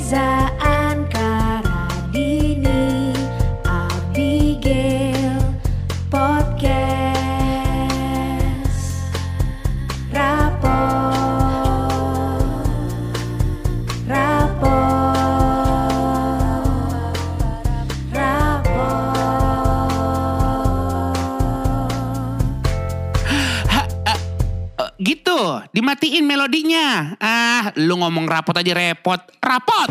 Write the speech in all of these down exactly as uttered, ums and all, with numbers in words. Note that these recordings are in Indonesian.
Reza Ankaradini, Abigail Podcast Rapot Rapot Rapot. Gitu, dimatiin melodinya. Ah, lu ngomong rapot aja repot. Rapot.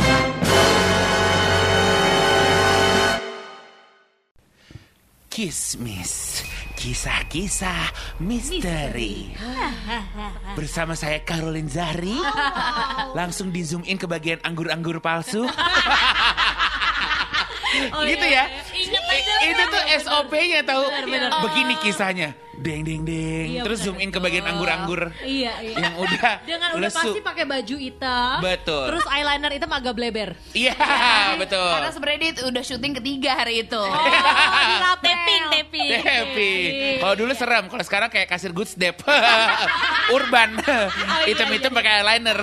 Kismis, kisah-kisah misteri. Bersama saya Caroline Zahri. Langsung di zoom in ke bagian anggur-anggur palsu. Oh, gitu iya. ya. Ingat aja. I- itu tuh S O P-nya tahu. Benar, benar. Begini kisahnya. Deng deng deng. Iya, Terus benar. zoom in ke bagian anggur-anggur. Iya, iya. Yang udah Dengan udah lesu. pasti pakai baju hitam. Betul. Terus eyeliner hitam agak bleber. Iya, betul. Karena sebenarnya dia udah syuting ketiga hari itu. Oh, dirapel. Tapping, tapping. Happy. Kalau dulu serem, kalau sekarang kayak kasir Good Step. Urban. iya, Hitam-hitam iya. pakai eyeliner.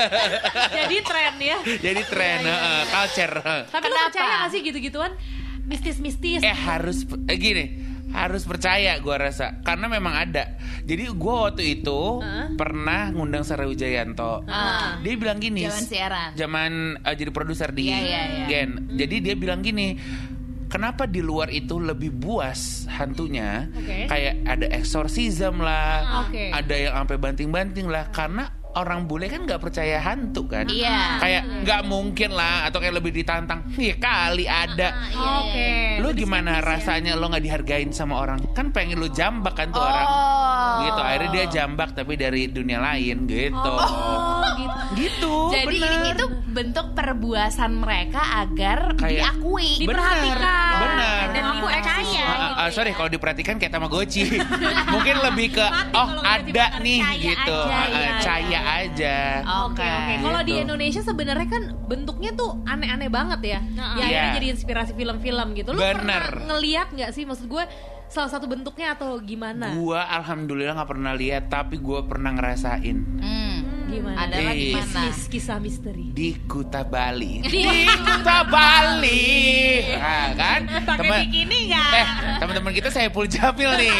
Jadi tren ya. Jadi tren, Iya, iya. heeh, culture. Tapi lu Kenapa? percaya gak sih gitu-gituan? Mistis-mistis. Eh harus eh, gini, harus percaya gue rasa karena memang ada. Jadi gue waktu itu Hah? pernah ngundang Sarah Wijayanto. Ah. Dia bilang gini, Zaman siaran. zaman uh, jadi produser di Iya, iya, iya. Gen. Jadi dia bilang gini, kenapa di luar itu lebih buas hantunya? Oke. Kayak ada exorcism lah, Oke. ada yang sampai banting-banting lah karena orang bule kan nggak percaya hantu kan? Iya. Kayak nggak mungkin lah atau kayak lebih ditantang. Iya kali ada. Oke. Lu gimana rasanya lo nggak dihargain sama orang? Kan pengen lu jambak kan tuh Oh. orang. Gitu. Akhirnya dia jambak tapi dari dunia lain gitu. Oh, gitu. Gitu. Jadi bener. ini itu bentuk perbuasan mereka agar Kayak- diakui, Diperhatikan. Bener. dan Aku dipercaya. Ah, ah, ah, sorry kalau diperhatikan kayak Tamagotchi. Mungkin lebih ke Mati oh kalau udah ada nih dipercaya gitu. aja, Ah, iya, Caya iya. aja. Oke oke. Kalau di Gitu. Indonesia sebenarnya kan bentuknya tuh aneh-aneh banget ya. Ya Iya. akhirnya jadi inspirasi film-film gitu. Lu Bener. pernah ngeliat nggak sih? Maksud gue salah satu bentuknya atau gimana? Gua alhamdulillah nggak pernah lihat tapi gua pernah ngerasain Hmm. Gimana? Adalah di di mana? Mis- kisah misteri. di Kuta Bali. Di Kuta Bali. Nah, kan? Pakai Teman- bikini nggak? Eh, teman-teman kita saya Saiful Jamil nih.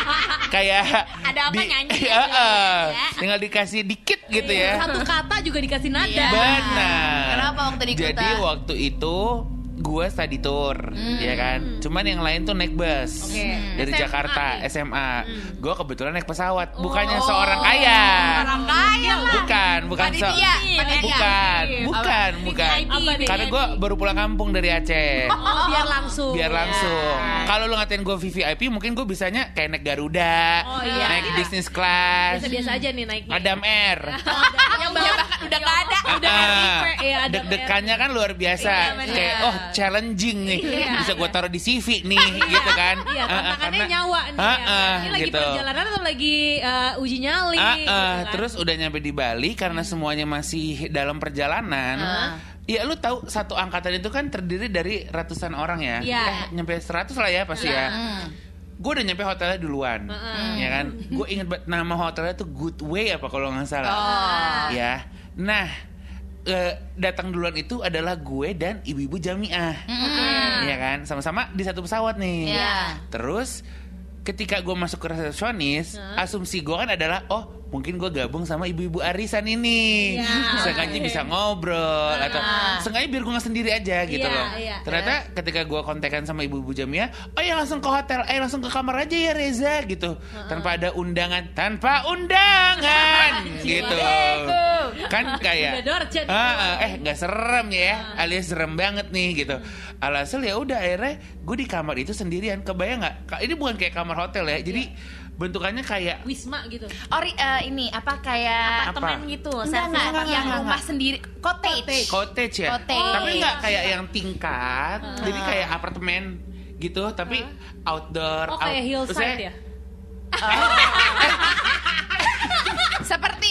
Kayak Ada apa nyanyi Iya, ya, eh, ya. tinggal dikasih dikit gitu ya. Satu kata juga dikasih nada. Iya. Benar. Kenapa waktu di Kuta? Jadi waktu itu gue study tour, ya kan. Cuman yang lain tuh naik bus Oke. dari S M A Jakarta, nih. S M A. Gue kebetulan naik pesawat, bukannya Oh. seorang kaya. Orang kaya lah. Bukan, bukan se- Panitia, panitia. bukan, bukan, Apa? bukan. V I P, Apa nih? Karena gue baru pulang kampung dari Aceh. Oh, biar langsung. Biar langsung. Ya. Kalau lu ngatain gue V V I P, mungkin gue bisanya kayak naik Garuda, Oh, iya. naik business class, Biasa-biasa aja nih naiknya. Adam Air. Yang bahkan udah nggak ada. Udah Ah, R I P, ya, Adam deg-degannya kan luar biasa. Iya, benar. Kayak oh challenging nih, Iya. bisa gue taruh di C V nih, gitu kan? Iya, Ah, ah, tantangannya karena- nyawa nih. Ah, ya. ah, Ini lagi gitu. perjalanan atau lagi uh, uji nyali. Ah, gitu ah, kan. terus udah nyampe di Bali karena semuanya masih dalam perjalanan. Ah. Ya lu tahu satu angkatan itu kan terdiri dari ratusan orang ya. Iya. Eh, nyampe seratus lah ya pasti ya. Hmm. Gue udah nyampe hotelnya duluan, Heeh. ya kan? Gue inget banget nama hotelnya tuh Good Way apa kalau nggak salah, Oh. ya. Nah, eh, datang duluan itu adalah gue dan ibu-ibu jamiah, Mm-mm. ya kan? Sama-sama di satu pesawat nih. Iya. Terus ketika gue masuk ke resepsionis, asumsi gue kan adalah oh mungkin gue gabung sama ibu-ibu arisan ini, Iya. sengaja bisa ngobrol atau sengaja biar gue nggak sendiri aja gitu Iya, loh. iya. Ternyata ketika gue kontekan sama ibu-ibu jamiah, oh ya langsung ke hotel, eh langsung ke kamar aja ya Reza gitu, tanpa ada undangan, tanpa undangan gitu, kan kayak Udah dorce nih. ah, ah, eh nggak serem ya, alias serem banget nih gitu. Alhasil ya udah akhirnya gue di kamar itu sendirian. Kebayang nggak? Ka- Ini bukan kayak kamar hotel ya, jadi bentukannya kayak Wisma gitu. Ori eh, ini apa kayak apartemen Apa? gitu, Enggak, servis enggak, enggak, yang enggak, rumah enggak. sendiri, cottage. cottage ya, Cottage. tapi Oh, nggak iya. kayak yang tingkat, jadi kayak apartemen gitu, tapi outdoor. Oh kayak out- hillside maksudnya- ya? Seperti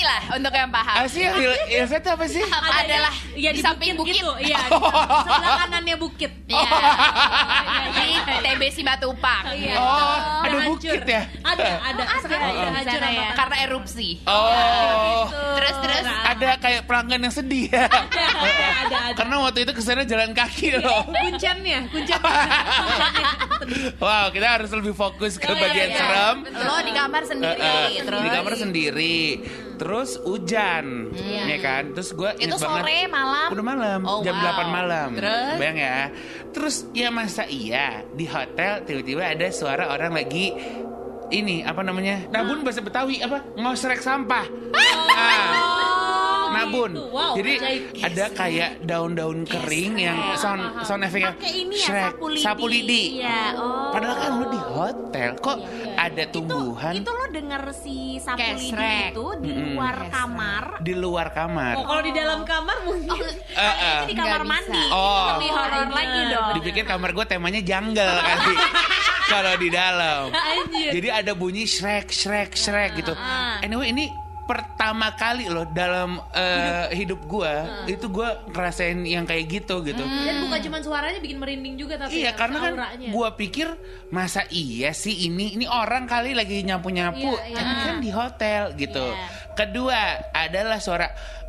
lah untuk yang paham. Apa sih hill, hillside itu apa sih? Adalah Iya di samping bukit. gitu. Iya, di samping- sebelah kanannya bukit. Iya. Di T B C Matupang. Iya. Oh, Udah ada hancur. bukit ya? Ada, ada. Ada Sekarang ya, udah di hancur sana apa ya. apa. Karena erupsi. Oh, Terus terus ada kayak pelanggan yang sedih ya. Ada, ada, ada. Karena waktu itu kesana jalan kaki loh. Kuncennya, kuncennya. Wow, kita harus lebih fokus ke Oh, iya, bagian iya. serem. lo di kamar sendiri. Eh, eh, terus di kamar sendiri. Terus hujan, ya kan? Terus gue Itu sore, malam? Udah malam, Oh, jam wow. delapan malam. Terus? Bayang ya. Terus ya masa iya di hotel tiba-tiba ada suara orang lagi ini apa namanya? Nabun bahasa Betawi apa? Ngosrek sampah. Ah. Nabun. gitu. Wow, Jadi ajaib. ada kayak daun-daun kering yang sound sound efeknya Pakai ini ya, shrek, sapu lidi. sapu lidi. Iya, oh. Padahal kan lu di hotel kok ada tumbuhan Itu lo denger si sapu lidi Kesrek. itu di Mm-mm. luar kamar. di luar kamar. Oh, kalau di dalam kamar mungkin. Eh, eh. Ini di kamar Nggak mandi. bisa. Oh. Lebih horor Bener. lagi dong. Dipikir kamar gue temanya jungle kali. Kalau di dalam. Anjir. Jadi ada bunyi shrek, shrek, shrek gitu. Anyway, ini pertama kali loh dalam eh, hidup gue itu gue ngerasain yang kayak gitu gitu. Dan bukan cuma suaranya bikin merinding juga tapi Iya ya, karena kan auranya. gue pikir masa iya sih ini ini orang kali lagi nyapu nyapu, Iya, iya. tapi kan di hotel gitu. Iya. Kedua adalah suara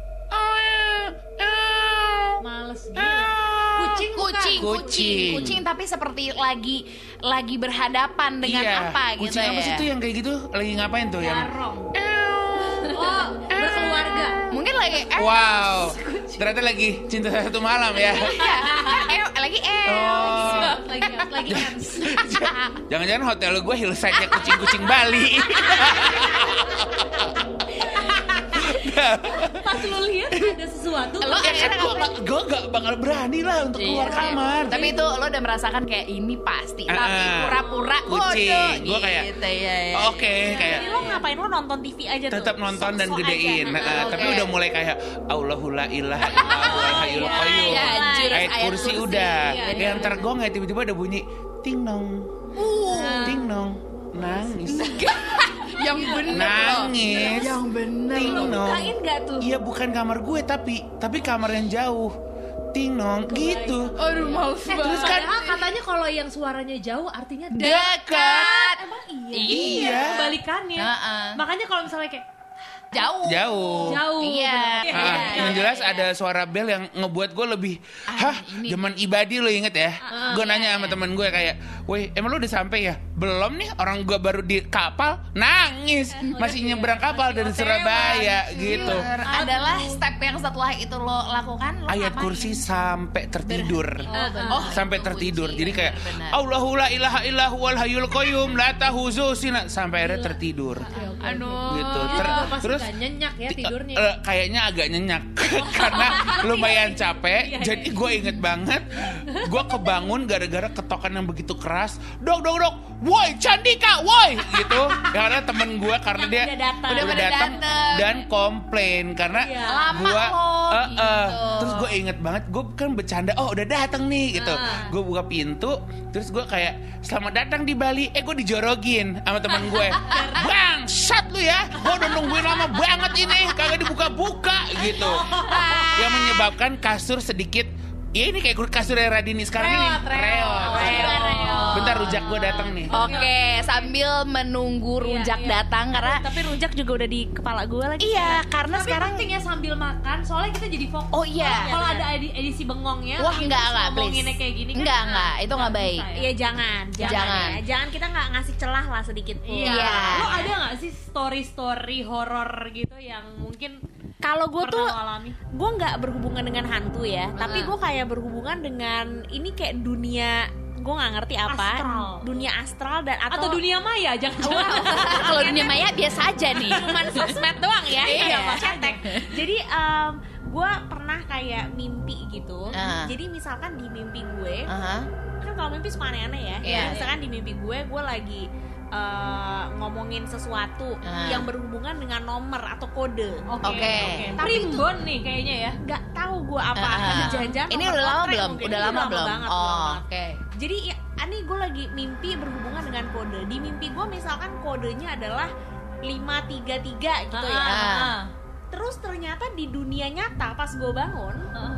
Males gitu. Ah. Kucing bukan? kucing, kucing, Kucing. kucing, tapi seperti lagi lagi berhadapan dengan iya, apa gitu kucing ya. apa sih tuh yang kayak gitu lagi ngapain tuh yang Garong. Oh, berkeluarga. Mungkin lagi eh wow ternyata lagi cinta satu malam ya. iya, kan eh lagi eh. Oh. Lagi lagi hands. Jangan-jangan hotel gue hillside-nya kucing-kucing Bali. Pas lu lihat ada sesuatu. Lo Ya kan gue gak, gue gak bakal berani lah untuk keluar Iya, kamar. iya. Tapi itu lo udah merasakan kayak ini pasti, Ah, tapi ah. pura-pura Kucing. bodoh. Gua kayak, gitu, ya, ya. Oke kayak Jadi lo ngapain lo nonton T V aja tuh? tetap nonton dan Sok-sok gedein. aja. Nah, Oke. tapi udah mulai kayak Allahu la ilaha illallah wal hayyul qayyum. Iya, jurus Ayat ayat kursi kursi. udah. Iya, Yang tergong ya tiba-tiba ada bunyi ting nong. Ting nong. Nangis. Yang bener loh. Nangis. Yang bener Ting loh. nong. Bukain gak tuh? Iya bukan kamar gue tapi tapi kamar yang jauh. Ting nong gitu. Aduh males Eh, banget. terus padahal katanya kalau yang suaranya jauh artinya Dekat. Emang iya. Iya. Kebalikannya. Heeh. Makanya kalau misalnya kayak Jauh. Jauh. jauh. Iya. bener. Ah, Iya, yang iya, jelas iya. ada suara bel yang ngebuat gue lebih Ah, hah ini. zaman ibadi lo inget ya gue iya, nanya sama iya. temen gue kayak weh emang lo udah sampai ya belum nih orang gue baru di kapal nangis masih nyebrang kapal dari Surabaya gitu Bener. Adalah step yang setelah itu lo lakukan lo ayat ngapain? kursi sampai tertidur Oh, sampai itu tertidur kunci. jadi kayak Bener-bener. Allahu la ilaha illahu wal hayyul qayyum la tahuzu sina sampai akhirnya tertidur Aduh. gitu Itu Ter- juga pasti terus gak nyenyak ya Ti- tidurnya. eh, kayaknya agak nyenyak karena lumayan capek. Iya, Jadi iya. gue inget banget, gue kebangun gara-gara ketokan yang begitu keras. Dok, dok, dok, woi Candika, woi gitu. Ya, karena temen gue karena dia udah datang. Udah pada datang datang. dan komplain karena Iya. Lama gue loh, gitu. terus gue inget banget gue kan bercanda oh udah datang nih gitu. Ah. Gue buka pintu terus gue kayak selamat datang di Bali. Eh gue dijorogin sama teman gue. Bang, shut lu ya. Gue udah nungguin lama banget ini kagak dibuka-buka gitu. Yang menyebabkan kasur sedikit ya ini kayak kasur Radini sekarang ini. Reot, reot. Reot. Reot. Bentar rujak gue datang nih. Oke, sambil menunggu rujak iya. datang karena Tapi rujak juga udah di kepala gue lagi. iya, karena Tapi sekarang penting ya sambil makan soalnya kita jadi fokus. Oh, iya. Kalau ada edi- edisi bengongnya, wah kita enggak terus enggak ngomonginnya please. kayak gini kan. Enggak enggak, itu enggak nggak baik. bisa ya. Iya jangan, jangan, Jangan. ya. Jangan kita nggak ngasih celah lah sedikit pun. Iya. Iya. Lo ada nggak sih story-story horor gitu yang mungkin Kalau gue pernah tuh, lo alami? gue nggak berhubungan dengan hantu ya, tapi Hmm. gue kayak berhubungan dengan ini kayak dunia, gue nggak ngerti apa, Astral. dunia astral dan atau, Atau dunia maya jangan-jangan. Kalau dunia maya biasa aja nih. cuman sosmed doang ya, Iya. Pak, cetek. Jadi gue pernah kayak mimpi gitu. Ah. Jadi misalkan di mimpi gue, Aha. kan kalau mimpi suka aneh-aneh ya. Iya. Jadi misalkan di mimpi gue, gue lagi eh, ngomongin sesuatu Ah. yang berhubungan dengan nomor atau kode. Oke. Oke. oke. Primbon nih kayaknya ya. Nggak tahu gue apa. Ah. Jangan-jangan Ini nomor udah lama lotre belum? mungkin. Udah Ini lama belum? banget, Oh, banget. oke. Jadi ya, ini gue lagi mimpi berhubungan dengan kode. Di mimpi gue misalkan kodenya adalah lima tiga tiga gitu ya. Ah. Terus ternyata di dunia nyata pas gue bangun,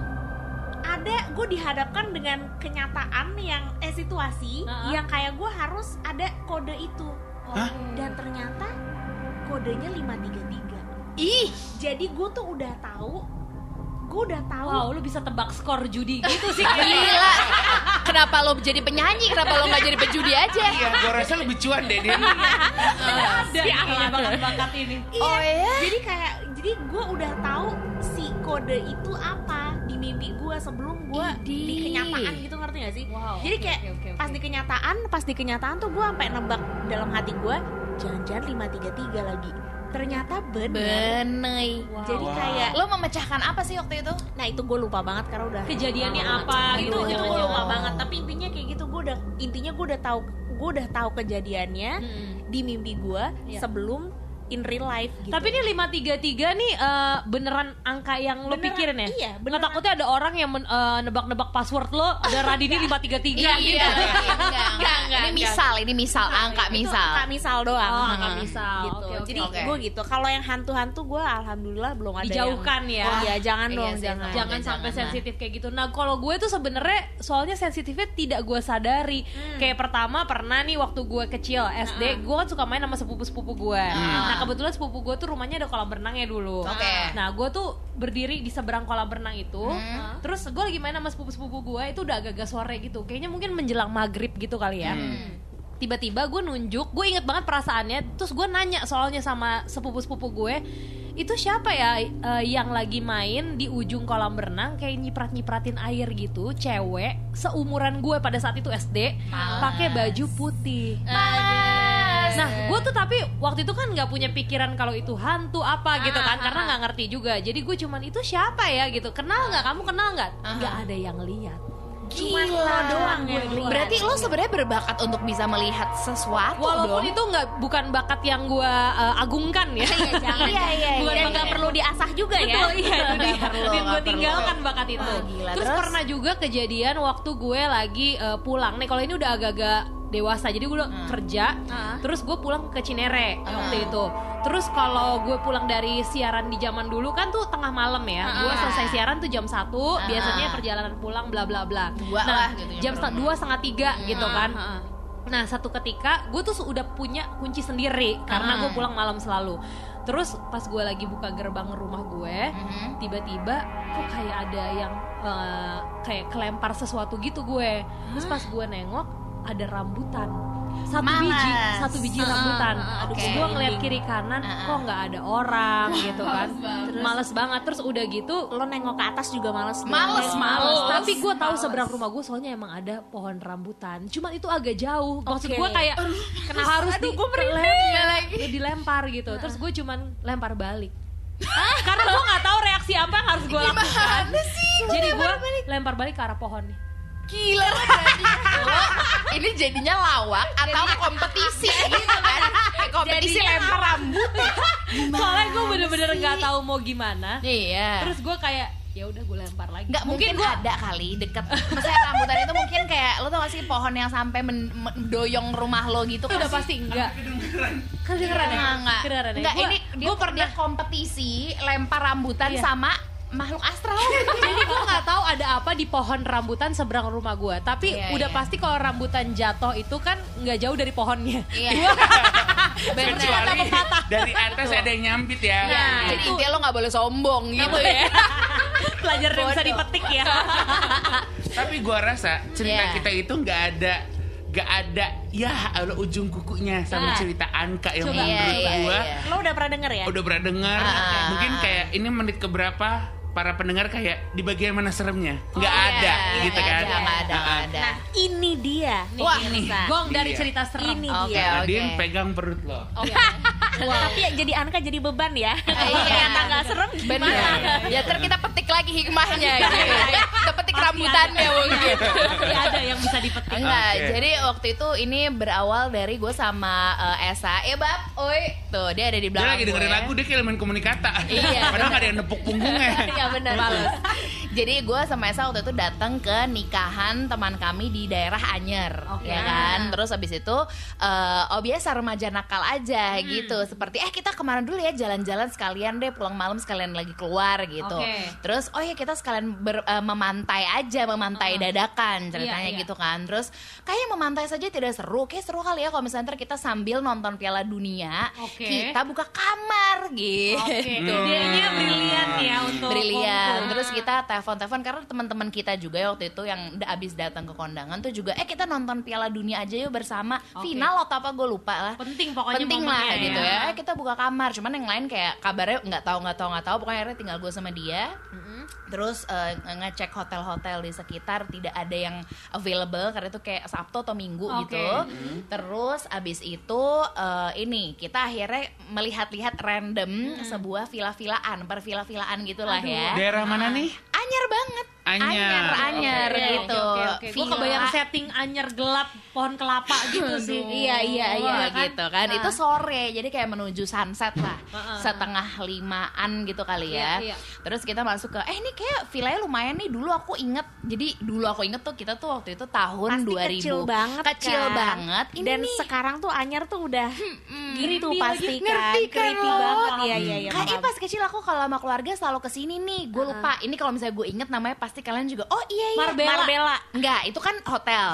ada gue dihadapkan dengan kenyataan yang eh situasi Uh-huh. yang kayak gue harus ada kode itu. Hah? Dan ternyata kodenya lima tiga tiga. Ih, Jadi gue tuh udah tahu, gue udah tahu. Wow, lu bisa tebak skor judi gitu sih. gila. Kenapa lo jadi penyanyi? Kenapa lo nggak jadi pejudi aja? Iya, gue rasa lebih cuan deh dia. Ada kayaknya bakat-bakat ini. Iya. Oh, ya? Jadi kayak jadi gue udah tahu si kode itu apa di mimpi gue sebelum gue Idih. di kenyataan gitu, ngerti gak sih? Wow, Jadi oke, kayak oke, oke, pas oke. di kenyataan, pas di kenyataan tuh gue sampai nebak dalam hati gue, jangan-jangan lima tiga tiga lagi. Ternyata bener. Bener. Wow. Jadi kayak Lo memecahkan apa sih waktu itu? nah itu gue lupa banget karena udah Kejadiannya lama apa banget. gitu, Itu itu gue jangan-jangan. lupa banget. Tapi intinya kayak gitu, gue udah intinya gue udah tahu gue udah tahu kejadiannya Mm-mm. di mimpi gue Iya. sebelum in real life gitu. Tapi ini lima tiga tiga nih eh, beneran angka yang lo Beneran, pikirin ya? iya, Nggak beneran. takutnya ada orang yang men- eh, nebak-nebak password lo, ada Radini lima tiga tiga gitu. Iya, enggak, enggak, enggak, Ini misal, ini misal, angka Itu misal. angka misal doang. Oh, angka Hmm. misal. Gitu. Oke, oke, Jadi oke. gue gitu. Kalau yang hantu-hantu gue alhamdulillah belum ada Dijauhkan yang, ya. Oh iya, jangan Iya dong, sih, jangan. sama. Jangan Oke, sampai jangan lah. sensitif kayak gitu. Nah, kalau gue tuh sebenarnya soalnya sensitifnya tidak gue sadari. Kayak pertama pernah nih waktu gue kecil S D, gue kan suka main sama sepupu-sepupu gue. Nah, kebetulan sepupu gue tuh rumahnya ada kolam renangnya dulu. Oke. Nah, gue tuh berdiri di seberang kolam renang itu. Hmm. Terus gue lagi main sama sepupu-sepupu gue, itu udah agak-agak sore gitu. Kayaknya mungkin menjelang maghrib gitu kali ya. Tiba-tiba gue nunjuk, gue inget banget perasaannya. Terus gue nanya soalnya sama sepupu-sepupu gue, itu siapa ya eh, yang lagi main di ujung kolam renang kayak nyiprat-nyipratin air gitu, cewek seumuran gue pada saat itu S D, pakai baju putih. Nah, gue tuh tapi waktu itu kan nggak punya pikiran kalau itu hantu apa gitu kan, karena nggak ngerti juga. Jadi gue cuman itu siapa ya gitu, kenal nggak? Kamu kenal nggak? Nggak ada yang lihat. Cuma Gila. lo doang yang lihat. Berarti lo sebenarnya berbakat untuk bisa melihat sesuatu Walaupun dong. itu nggak bukan bakat yang gue uh, agungkan ya. Jangan. Iya, iya, Bukan Dan bakat nggak perlu diasah juga ya. Betul, iya itu dia. perlu, Dan gue nggak tinggalkan bakat itu. Wah, gila. Terus, Terus? pernah juga kejadian waktu gue lagi uh, pulang. Nih kalau ini udah agak-agak dewasa, jadi gue udah kerja. Terus gue pulang ke Cinere waktu itu. Terus kalau gue pulang dari siaran di zaman dulu kan tuh tengah malam ya. Gue selesai siaran tuh jam satu. Biasanya perjalanan pulang bla bla bla. Dua Nah, lah gitu, jam nyampe setengah dua setengah tiga gitu kan. Nah, satu ketika gue tuh udah punya kunci sendiri karena gue pulang malam selalu. Terus pas gue lagi buka gerbang rumah gue, tiba-tiba kok kayak ada yang uh, kayak kelempar sesuatu gitu gue. Terus pas gue nengok ada rambutan. Satu Males. biji, satu biji Uh-uh, rambutan. uh-uh, Terus oke. gue ngeliat kiri kanan, kok nggak ada orang gitu kan. Males banget. Terus udah gitu Lo nengok ke atas juga males. Males, males. tapi gue tahu seberang rumah gue soalnya emang ada pohon rambutan. Cuma itu agak jauh. Maksud Oke. gue kayak kenapa harus aduh, di, gue merinding lem- lagi. dilempar gitu. Terus gue cuman lempar balik. Karena gue nggak tahu reaksi apa yang harus gue lakukan. Gimana sih? Lo Jadi gue lempar balik? lempar balik ke arah pohon nih. Gila berarti lo ini jadinya lawak atau kompetisi gitu kan? Kompetisi lempar rambut. Soalnya gue bener-bener nggak tahu mau gimana. Iya. Terus gue kayak ya udah gue lempar lagi. Nggak mungkin, gua- ada kali deket. Maksudnya rambutan itu mungkin kayak lo tau gak sih pohon yang sampai men- mendoyong rumah lo gitu itu kan udah sih? pasti enggak. Kedengeran ya? Enggak, enggak. Kedengeran ya? Enggak, Gua- ini dia gua pernah kompetisi lempar rambutan Iya. sama makhluk astral. Jadi gue nggak tahu ada apa di pohon rambutan seberang rumah gue. Tapi Iya, udah iya. pasti kalau rambutan jatuh itu kan nggak jauh dari pohonnya. Iya. Bener. Kecuali dari atas ada yang nyampit ya. Nah, jadi intinya lo nggak boleh sombong gitu ya. Pelajaran yang bisa Bodoh. dipetik ya. Tapi gua rasa cerita Iya. kita itu nggak ada nggak ada ya ada ujung kukunya sama Nah. cerita Anka yang Coba. menurut Iya, iya, gua iya. Lo udah pernah denger ya? udah pernah dengar. Ah, Mungkin ah, kayak ini menit keberapa para pendengar kayak di bagian mana seremnya nggak Iya, ada iya, gitu iya, kan. Nggak ada, Ah, ah. nggak ada. Nah, ini dia. Nih, Wah, Mirsa. Gong dari Iya. cerita serem. Ini Oke, dia. oke. Din pegang perut lo. Tapi ya jadi Anka jadi beban ya. Kalau Iya. ternyata nggak serem Bener. gimana? Ya ntar kita petik lagi hikmahnya gitu. Kita petik rambutan rambutannya mungkin. Pasti ada yang bisa dipetik. Enggak, Oke. jadi waktu itu ini berawal dari gue sama uh, Esa. Eh bab, oi, tuh dia ada di Dia belakang lagi dengerin gue. lagu, dia kayak main komunikata. Iya, Padahal gak ada yang nepuk punggungnya. Iya benar. Jadi gue sama Esa waktu itu datang ke nikahan teman kami di daerah Anyer, Oke. ya kan. Terus habis itu, uh, oh biasa remaja nakal aja Hmm. gitu. Seperti eh kita kemana dulu ya, jalan-jalan sekalian deh, pulang malam sekalian lagi keluar gitu. Oke. Terus oh ya kita sekalian ber, uh, memantai aja, memantai Uh-uh. dadakan ceritanya Iya, iya. gitu kan. Terus kayaknya memantai saja tidak seru, kayak seru kali ya kalau misalnya ntar kita sambil nonton Piala Dunia, Oke. kita buka kamar gitu. Oke, idenya brilian ya untuk Brilian. kumpul. Terus kita telepon-telepon karena teman-teman kita juga ya waktu itu yang udah abis datang ke kondangan tuh juga eh kita nonton Piala Dunia aja yuk bersama. Oke. Final atau apa gue lupa lah. penting pokoknya Penting lah momennya gitu ya. ya. Eh kita buka kamar. Cuman yang lain kayak kabarnya nggak tahu nggak tahu nggak tahu. Pokoknya akhirnya tinggal gue sama dia. Mm-mm. Terus eh, ngecek hotel-hotel di sekitar tidak ada yang available karena itu kayak Sabtu atau Minggu Oke. gitu. Terus abis itu eh, ini kita akhirnya melihat-lihat random sebuah villa-villaan, pervilla-villaan gitulah Aduh. ya. Daerah mana nih? Anyar banget. Anyer. Anyer, anyer Oke, gitu. Oke, oke, oke. Gue Villa. kebayang setting Anyer gelap pohon kelapa gitu sih. Iya iya iya Iya kan? gitu kan. Nah. Itu sore jadi kayak menuju sunset lah. Heeh. Setengah limaan gitu kali ya. Iya, iya. Terus kita masuk ke eh ini kayak villanya lumayan nih. Dulu aku inget. Jadi dulu aku inget tuh kita tuh waktu itu tahun Pasti dua ribu. kecil banget Kecil kan. banget. Ini Dan nih. sekarang tuh Anyer tuh udah gitu Creepy pasti lagi. kan. Ngerti kan Creepy lo? banget. Iya iya iya. Kayaknya paham. pas kecil aku kalau sama keluarga selalu kesini nih. Gue lupa. Ini kalau misalnya gue inget namanya pasti kalian juga. Oh iya iya. Marbella. Marbella. Enggak, itu kan hotel.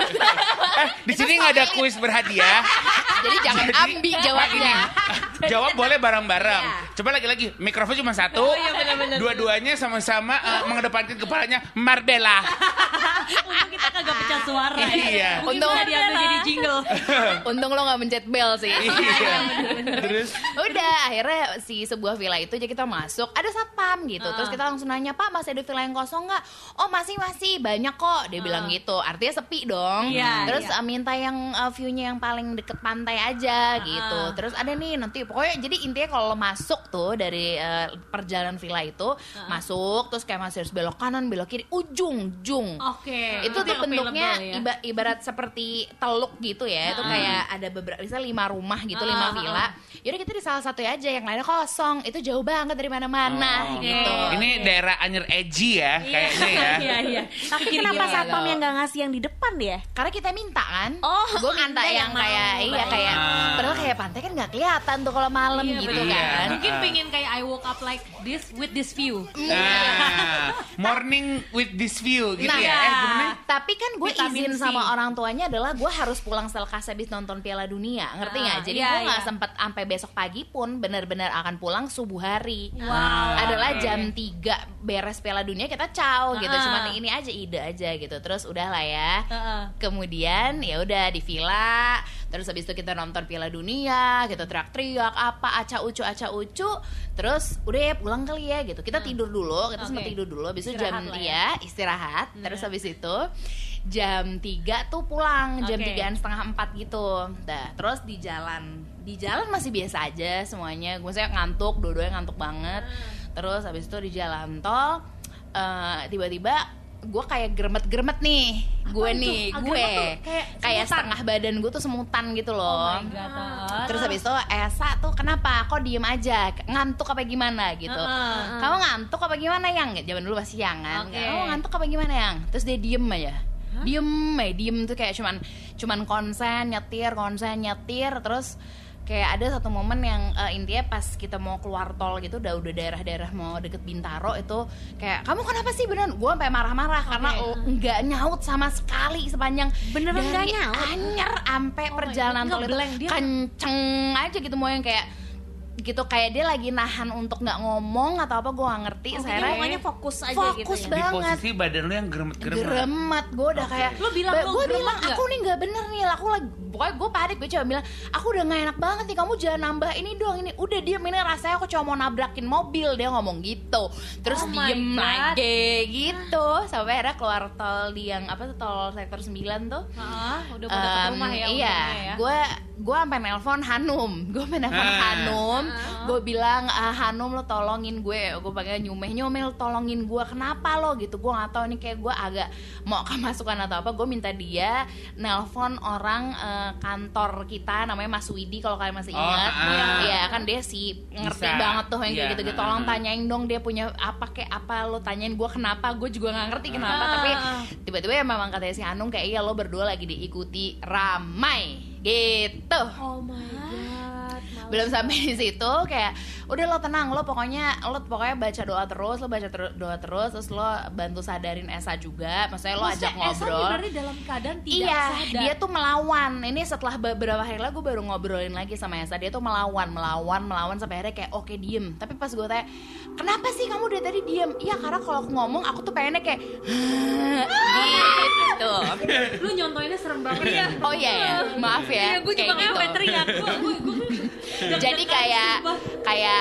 Eh, di sini nggak ada kuis berhadiah. Jadi jangan Jadi, ambi jawabnya. Jawab boleh bareng-bareng. Coba lagi-lagi, mikrofon cuma satu. iya, benar-benar. Dua-duanya sama-sama eh, mengedepankan kepalanya Marbella. Untung kita kagak pecah suara ya. Iya. Mungkin Untung- bisa diambil jadi jingle. Untung lo gak mencet bel sih. Iya. Terus Udah akhirnya si sebuah villa itu aja kita masuk. Ada satpam gitu. Terus kita langsung nanya, Pak masih ada villa yang kosong gak? Oh masih masih banyak kok. Dia bilang gitu. Artinya sepi dong. Iya, Terus iya. uh, minta yang uh, view-nya yang paling deket pantai aja gitu. Terus ada nih nanti pokoknya jadi intinya kalau lo masuk tuh dari uh, perjalanan villa itu masuk terus kayak masih harus belok kanan belok kiri ujung ujung. Oke. Itu tuh yang bentuknya available ya. iba- ibarat seperti teluk gitu ya. Itu kayak ada beberapa bisa lima rumah gitu, Ah, lima ah, villa. Yaudah kita di salah satu aja, yang lainnya kosong. Itu jauh banget dari mana-mana Oh. gitu. Ini daerah Anyer Edgy ya, kayaknya ya. Iya iya. Tapi kenapa satpam yang gak ngasih yang di depan ya? Karena kita minta kan. Oh, gue minta Anda yang yang kayak mau. iya kayak Ah. padahal kayak pantai kan nggak kelihatan tuh kalau malam Iya, gitu bener. kan. Mungkin pengen kayak I woke up like this with this view. Nah, morning with this view gitu Nah, ya. Eh, gimana? tapi kan gue Vitamin izin C. sama orang tuanya adalah gue harus pulang setelah habis nonton Piala Dunia, ngerti nggak? Ah, Jadi iya, gue nggak iya. sempet sampai besok pagi pun benar-benar akan pulang subuh hari. Wow. Adalah Oke. jam tiga beres Piala Dunia kita caw gitu, Ah. cuman ini aja ide aja gitu. Terus udahlah ya. Heeh. Kemudian ya udah di villa, terus habis itu kita nonton Piala Dunia, gitu teriak-teriak apa aca ucu aca ucu, terus udah ya pulang kali ya gitu. Kita tidur dulu, kita sempat Oke. tidur dulu, habis itu Istirahat jam lah ya. ya istirahat, Nah. terus habis itu jam tiga tuh pulang, jam Oke. tigaan setengah empat gitu. Nah, terus di jalan, di jalan masih biasa aja semuanya. Gue saya ngantuk, dua-duanya ngantuk banget. Terus habis itu di jalan tol, eh, tiba-tiba gue kayak gremet-gremet nih, gue itu? nih, Ah, gue gremet tuh kayak kayak semutan. setengah badan gue tuh semutan gitu Oh loh. my God. Terus habis itu Esa tuh kenapa? Kok diem aja? Ngantuk apa gimana gitu? Heeh. Kamu ngantuk apa gimana yang? Zaman dulu masih yang kan. Oke. Kamu ngantuk apa gimana yang? Terus dia diem aja. Diem aja, diem tuh kayak cuman cuman konsen nyetir, konsen nyetir terus kayak ada satu momen yang eh, intinya pas kita mau keluar tol gitu udah udah daerah-daerah mau deket Bintaro itu kayak kamu kenapa sih beneran gue sampai marah-marah karena Oke. oh, nggak nyaut sama sekali sepanjang Beneran nggak dari nyaut? Anyer sampai Oh my perjalanan God, tol itu ngeblank dia. kenceng aja gitu mau yang kayak gitu kayak dia lagi nahan untuk nggak ngomong atau apa gue nggak ngerti. Oh, Saya jadi pokoknya fokus aja fokus gitu ya. Di banget. posisi badan lu yang geremet-geremet. Geremet, gue udah kayak Lu bilang ba- lu gue geremet bilang nggak? aku nih nggak bener nih, aku lagi pokoknya gue panik, gue coba bilang aku udah nggak enak banget nih, kamu jangan nambah ini dong ini, udah diem ini rasanya aku cuma mau nabrakin mobil, dia ngomong gitu, terus Oh my diem God. lagi gitu sampai akhirnya keluar tol di yang apa tuh tol sektor sembilan tuh. Heeh, udah mau Em, deket rumah ya iya, untungnya ya. gue gue sampai nelpon Hanum, gue sampai nelpon Ah. Hanum, gue bilang ah, Hanum lo tolongin gue, gue pakai nyumeh nyumeh lo tolongin gue, kenapa lo gitu, gue nggak tahu nih kayak gue agak mau kemasukan atau apa, gue minta dia nelpon orang eh, kantor kita namanya Mas Widi kalau kalian masih Oh, ingat, ah. ya kan dia sih ngerti Bisa. banget tuh yang kayak Iya, gitu-gitu, ah, tolong ah. tanyain dong dia punya apa kayak apa, lo tanyain gue kenapa, gue juga nggak ngerti kenapa, Ah. tapi tiba-tiba ya memang katanya si Hanum kayak iya lo berdua lagi diikuti ramai gitu. Oh my god. Belum sampai di situ kayak udah lo tenang, lo pokoknya lo pokoknya baca doa terus, lo baca ter- doa terus, terus lo bantu sadarin Esa juga, maksudnya lo ajak Maksudnya Esa ngobrol. nih berarti dalam keadaan tidak Iya, sadar. dia tuh melawan. Ini setelah beberapa hari lalu gue baru ngobrolin lagi sama Esa. Dia tuh melawan, melawan, melawan sampai akhirnya kayak oke diem. Tapi pas gue tanya, kenapa sih kamu dari tadi diem? Iya karena kalau aku ngomong aku tuh pengennya kayak gitu. Lu nyontoinnya serem banget ya. Oh iya ya, maaf ya. Iya, gue juga kayak kayak sampai teriak. Gue gue gue. Jadi kayak kayak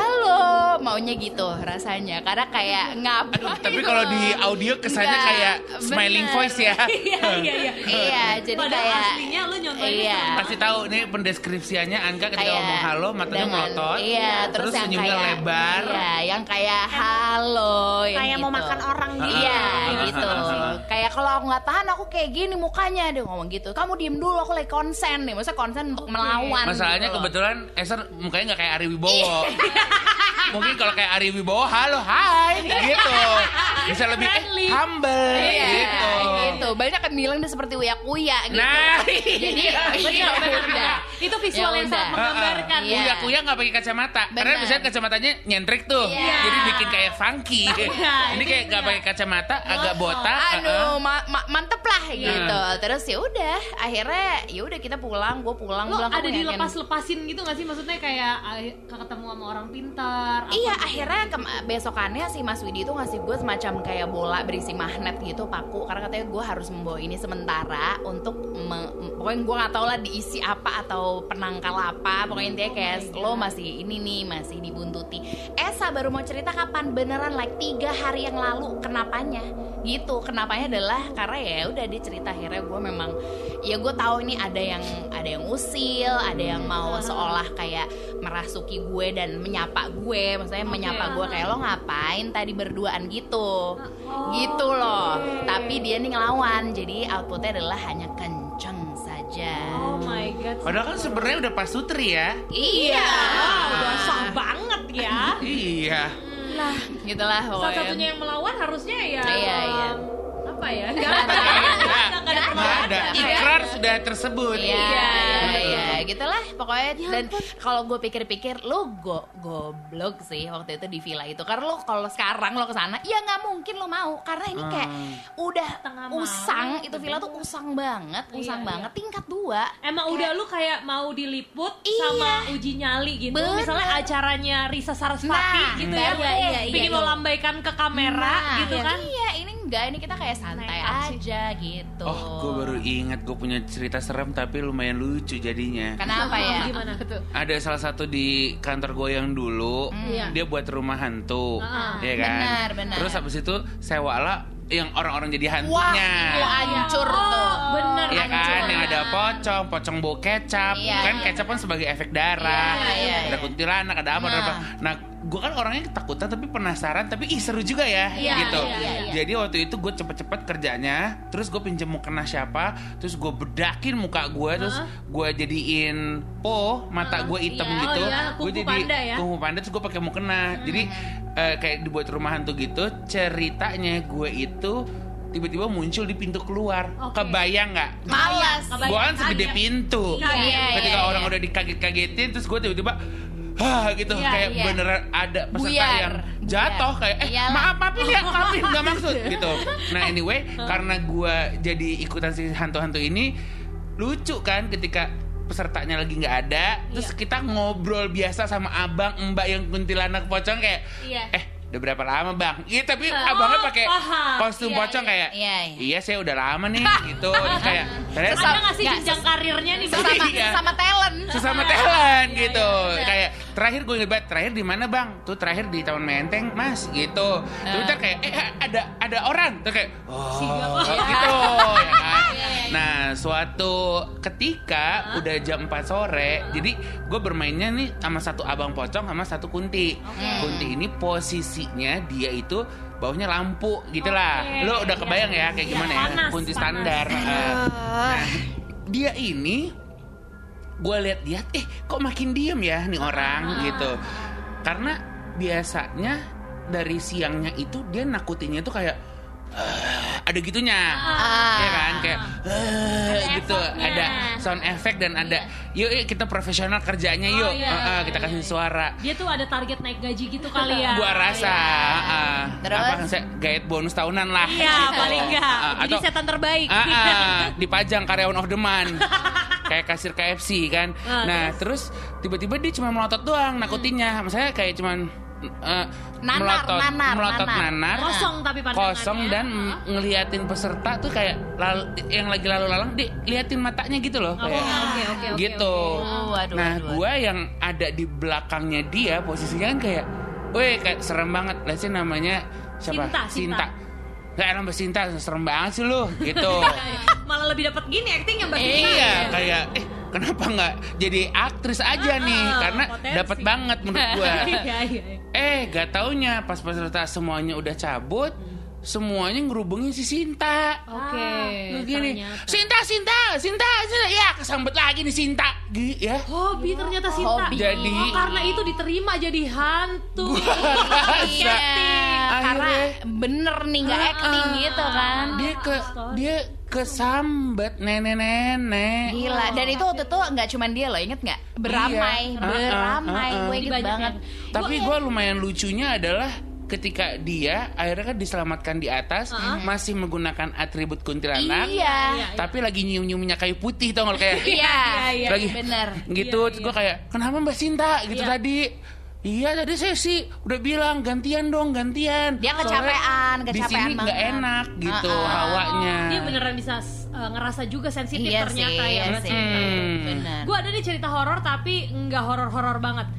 halo maunya gitu rasanya karena kayak ngapain. Aduh, tapi kalau di audio kesannya Nggak, kayak smiling bener. voice ya. Iya iya iya. Iya, jadi Padahal kayak aslinya lu nyontoinnya iya. serem Pasti tahu nih pendeskripsiannya Anka ketika Kayak ngomong halo matanya dengan- melotot. Iya, terus, terus yang senyumnya kayak lebar. Iya, yang kayak halo yang Kayak mau gitu. makan orang gitu. Iya, Ah, gitu. ah, ah, ah. Kayak kalau aku nggak tahan aku kayak gini mukanya dia ngomong gitu. Kamu diem dulu, aku lagi konsen nih. Maksudnya konsen untuk melawan. Masalahnya gitu loh. kebetulan Esther mukanya nggak kayak Ari Wibowo. Mungkin kalau kayak Ari Wibowo, halo, hai, gitu. Bisa lebih eh, humble, Iya, gitu. gitu. Banyak kan bilang dia seperti Uya Kuya gitu. Nah, Jadi Benar, ya benar, udah. benar. Itu visual Ya yang sangat udah. menggambarkan. Iya. Uya Kuya nggak pakai kacamata, karena Benar. biasanya kacamatanya nyentrik tuh, Iya. jadi bikin kayak funky. Ini kayak nggak pakai kacamata, agak botak. Aduh, uh-uh. ma- ma- mantep lah gitu. Terus ya udah, akhirnya ya udah kita pulang, gue pulang, Lo pulang ada aku yakin. dilepas-lepasin gitu gak sih? Maksudnya kayak ah, ketemu sama orang pintar apa Iya, gitu. akhirnya ke- besokannya si Mas Widi itu ngasih gue semacam kayak bola berisi magnet gitu, paku, karena katanya gue harus membawa ini sementara untuk me- m- pokoknya gue nggak tahu lah diisi apa atau penangkal apa, pokoknya intinya kayak lo masih ini nih masih dibuntuti. Esa baru mau cerita kapan, beneran like tiga hari yang lalu. Kenapanya gitu, kenapanya adalah karena ya udah dia cerita akhirnya gue memang ya gue tahu ini ada yang ada yang usil, ada yang mau seolah kayak merasuki gue dan menyapa gue, maksudnya menyapa gue kayak lo ngapain tadi berduaan gitu, gitu loh. Tapi dia nih ngelawan, jadi outputnya adalah hanya kenceng saja. Oh my god. Padahal kan sebenarnya udah pasutri ya. Iya, Ah, udah sah banget ya. Iya. Lah, gitulah pokoknya. satu-satunya yang melawan harusnya ya. Iya, iya. Apa ya? Enggak ada. Nggak ada. Nggak ada Nggak perlawanan. ada. Ikrar sudah tersebut. Iya, Iya, iya, betul. iya, gitulah pokoknya. Dan kalau gue pikir-pikir, lo go goblok sih waktu itu di villa itu. Karena lo kalau sekarang lo kesana, ya nggak mungkin lo mau. Karena ini kayak udah Tengah malam, usang, itu villa tuh usang banget, usang Iya, banget, tingkat dua. Emang udah lu kayak mau diliput Iya. sama uji nyali gitu. Bener. Misalnya acaranya Risa Sarasvati Nah, gitu iya, ya. iya, iya, Bikin iya. lo lambaikan ke kamera Nah, gitu kan. Iya, ini enggak, ini kita kayak santai Naik up sih. aja gitu. Oh, gue baru ingat gue punya cerita serem tapi lumayan lucu jadinya. Kenapa ya? Gimana tuh? Ada salah satu di kantor gue yang dulu, Iya. dia buat rumah hantu, Ah, ya kan? benar, benar. Terus habis itu sewalah yang orang-orang jadi Wah, hantunya. itu hancur Oh, tuh. bener. Iya kan, hancur. yang ada pocong, pocong bau kecap, Iya, kan iya. kecap kan sebagai efek darah, Iya, iya, ada iya. kuntilanak, ada apa, ada Nah. apa. Nah, gue kan orangnya ketakutan tapi penasaran, tapi ih seru juga ya, Iya, gitu. iya, iya, iya. Jadi waktu itu gue cepet-cepet kerjanya, terus gue pinjem mukena siapa, terus gue bedakin muka gue, terus gue jadiin po, mata gue hitam iya. gitu, Oh, iya, gue kupu jadi panda ya. kupu panda, terus gue pakai mukena, jadi eh, kayak dibuat rumah hantu gitu. Ceritanya gue itu tiba-tiba muncul di pintu keluar, Oke. kebayang nggak? Malas. Kebayang. Gue kan segede Iya. pintu. Iya, iya, Ketika iya, orang iya. udah dikaget-kagetin, terus gue tiba-tiba hah gitu, Iya, kayak iya. beneran ada peserta Buyar, yang buyar. jatuh kayak eh Iyalah. maaf maafin ya maafin nggak maksud gitu. Nah anyway, karena gue jadi ikutan si hantu-hantu ini, lucu kan ketika pesertanya lagi nggak ada, terus kita ngobrol biasa sama abang mbak yang kuntilanak pocong kayak Iya. eh udah berapa lama bang? Iya tapi Oh, abangnya pakai paham. kostum Iya, pocong iya, kayak iya, iya. iya saya udah lama nih gitu. Terus kayak ternyata Ada nggak sih Nggak, jenjang karirnya nih? Bang? Sesama, Iya. sesama talent. sesama talent gitu. Kayak terakhir gue inget banget, terakhir di mana bang? Tuh terakhir di Taman Menteng mas gitu. Terus ntar kayak eh ada ada orang. Terus kayak oh Siapa? gitu ya kan. Nah Nah, suatu ketika udah jam empat sore, jadi gue bermainnya nih sama satu abang pocong sama satu kunti. Kunti ini posisinya dia itu bawahnya lampu gitulah. Oke. Lo udah kebayang ya kayak Iya, gimana ya? panas, Kunti panas. standar. Uh, nah, dia ini gue lihat-lihat, eh kok makin diem ya nih orang gitu. Karena biasanya dari siangnya itu dia nakutinnya tuh kayak uh, ada gitunya, ya kan kayak uh, gitu, efeknya. ada sound effect dan ada, yuk, yuk kita profesional kerjanya yuk, iya, Uh, uh, iya, kita iya, kasih iya. suara. Dia tuh ada target naik gaji gitu kali ya. Gua rasa, uh, Terus? apa saya guide bonus tahunan lah. Iya, gitu. paling enggak. Uh, Jadi atau- setan terbaik. Ah, ah, dipajang karyawan of the month. Kayak kasir K F C kan. Ah, Nah, terus tiba-tiba dia cuma melotot doang nakutinnya. Maksudnya kayak cuman uh, Nanar, melotot, nanar, melotot nanar. nanar. Kosong tapi pandangannya. Kosong dan m- ngeliatin peserta tuh kayak lalu, yang lagi lalu lalang dia liatin matanya gitu loh Oh, kayak oke, oke, oke, gitu. oke. Oh, waduh, Nah, waduh, gua yang ada di belakangnya dia posisinya kan kayak, weh kayak serem banget. Lah sih namanya siapa? Sinta, Sinta. Kayak nambah Sinta, serem banget sih lu gitu. Malah lebih dapat gini acting yang Mbak Sinta. Iya, kayak eh kenapa nggak jadi aktris aja nih? Ah, Karena potensi. dapat banget menurut gua. Iya, iya. Eh, gak taunya pas peserta semuanya udah cabut, semuanya ngerubungin si Sinta. Oke. Begini, ternyata. Sinta, Sinta, Sinta, Sinta, ya kesambet lagi nih Sinta, Gi- ya. Hobi ternyata Sinta. Hobi. Jadi- oh, karena itu diterima jadi hantu. Iya, karena Akhirnya- bener nih nggak acting gitu kan. Dia ke dia kesambet nenek-nenek. Gila, dan itu waktu itu nggak cuma dia loh, inget nggak? Beramai, Iya. beramai, Uh-uh, uh-uh. gue inget Banyak banget. yang- Tapi gue lumayan lucunya adalah ketika dia akhirnya kan diselamatkan di atas, masih menggunakan atribut kuntilanak, Iya, tapi lagi nyium-nyium minyak kayu putih tau gak kayak iya, iya, lagi bener. gitu. Iya, Terus gue kayak kenapa Mbak Sinta gitu Iya. tadi. Iya tadi saya sih udah bilang gantian dong gantian. Dia Soalnya kecapean, di kecapean sini nggak banget. enak gitu Uh-uh. hawanya. Dia beneran bisa uh, ngerasa juga sensitif Iya ternyata sih, ya. iya sih, Hmm. bener. Gue ada nih cerita horor tapi nggak horor-horor banget.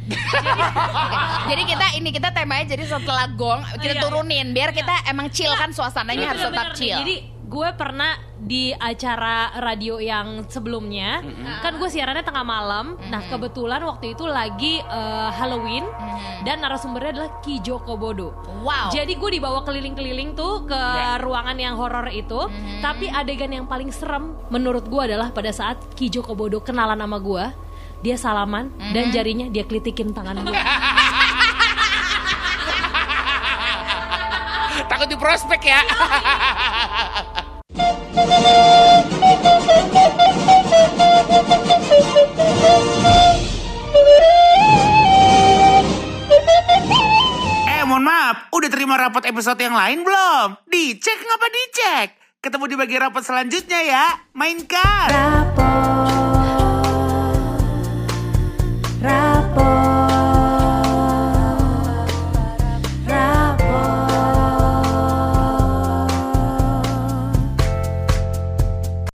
Jadi kita ini kita temanya jadi setelah gong kita Iya, turunin biar kita emang chill kan suasananya harus Bener-bener tetap nih. chill. Jadi gue pernah di acara radio yang sebelumnya, kan gue siarannya tengah malam. Nah kebetulan waktu itu lagi uh, Halloween dan narasumbernya adalah Ki Joko Bodo. Wow. Jadi gue dibawa keliling-keliling tuh ke ruangan yang horor itu. Tapi adegan yang paling serem menurut gue adalah pada saat Ki Joko Bodo kenalan sama gue, dia salaman dan jarinya dia kelitikin tangan gue. Takut di prospek ya. Eh mohon maaf, udah terima rapot episode yang lain belum? Dicek ngapa dicek? Ketemu di bagian rapot selanjutnya ya. Mainkan. Rapot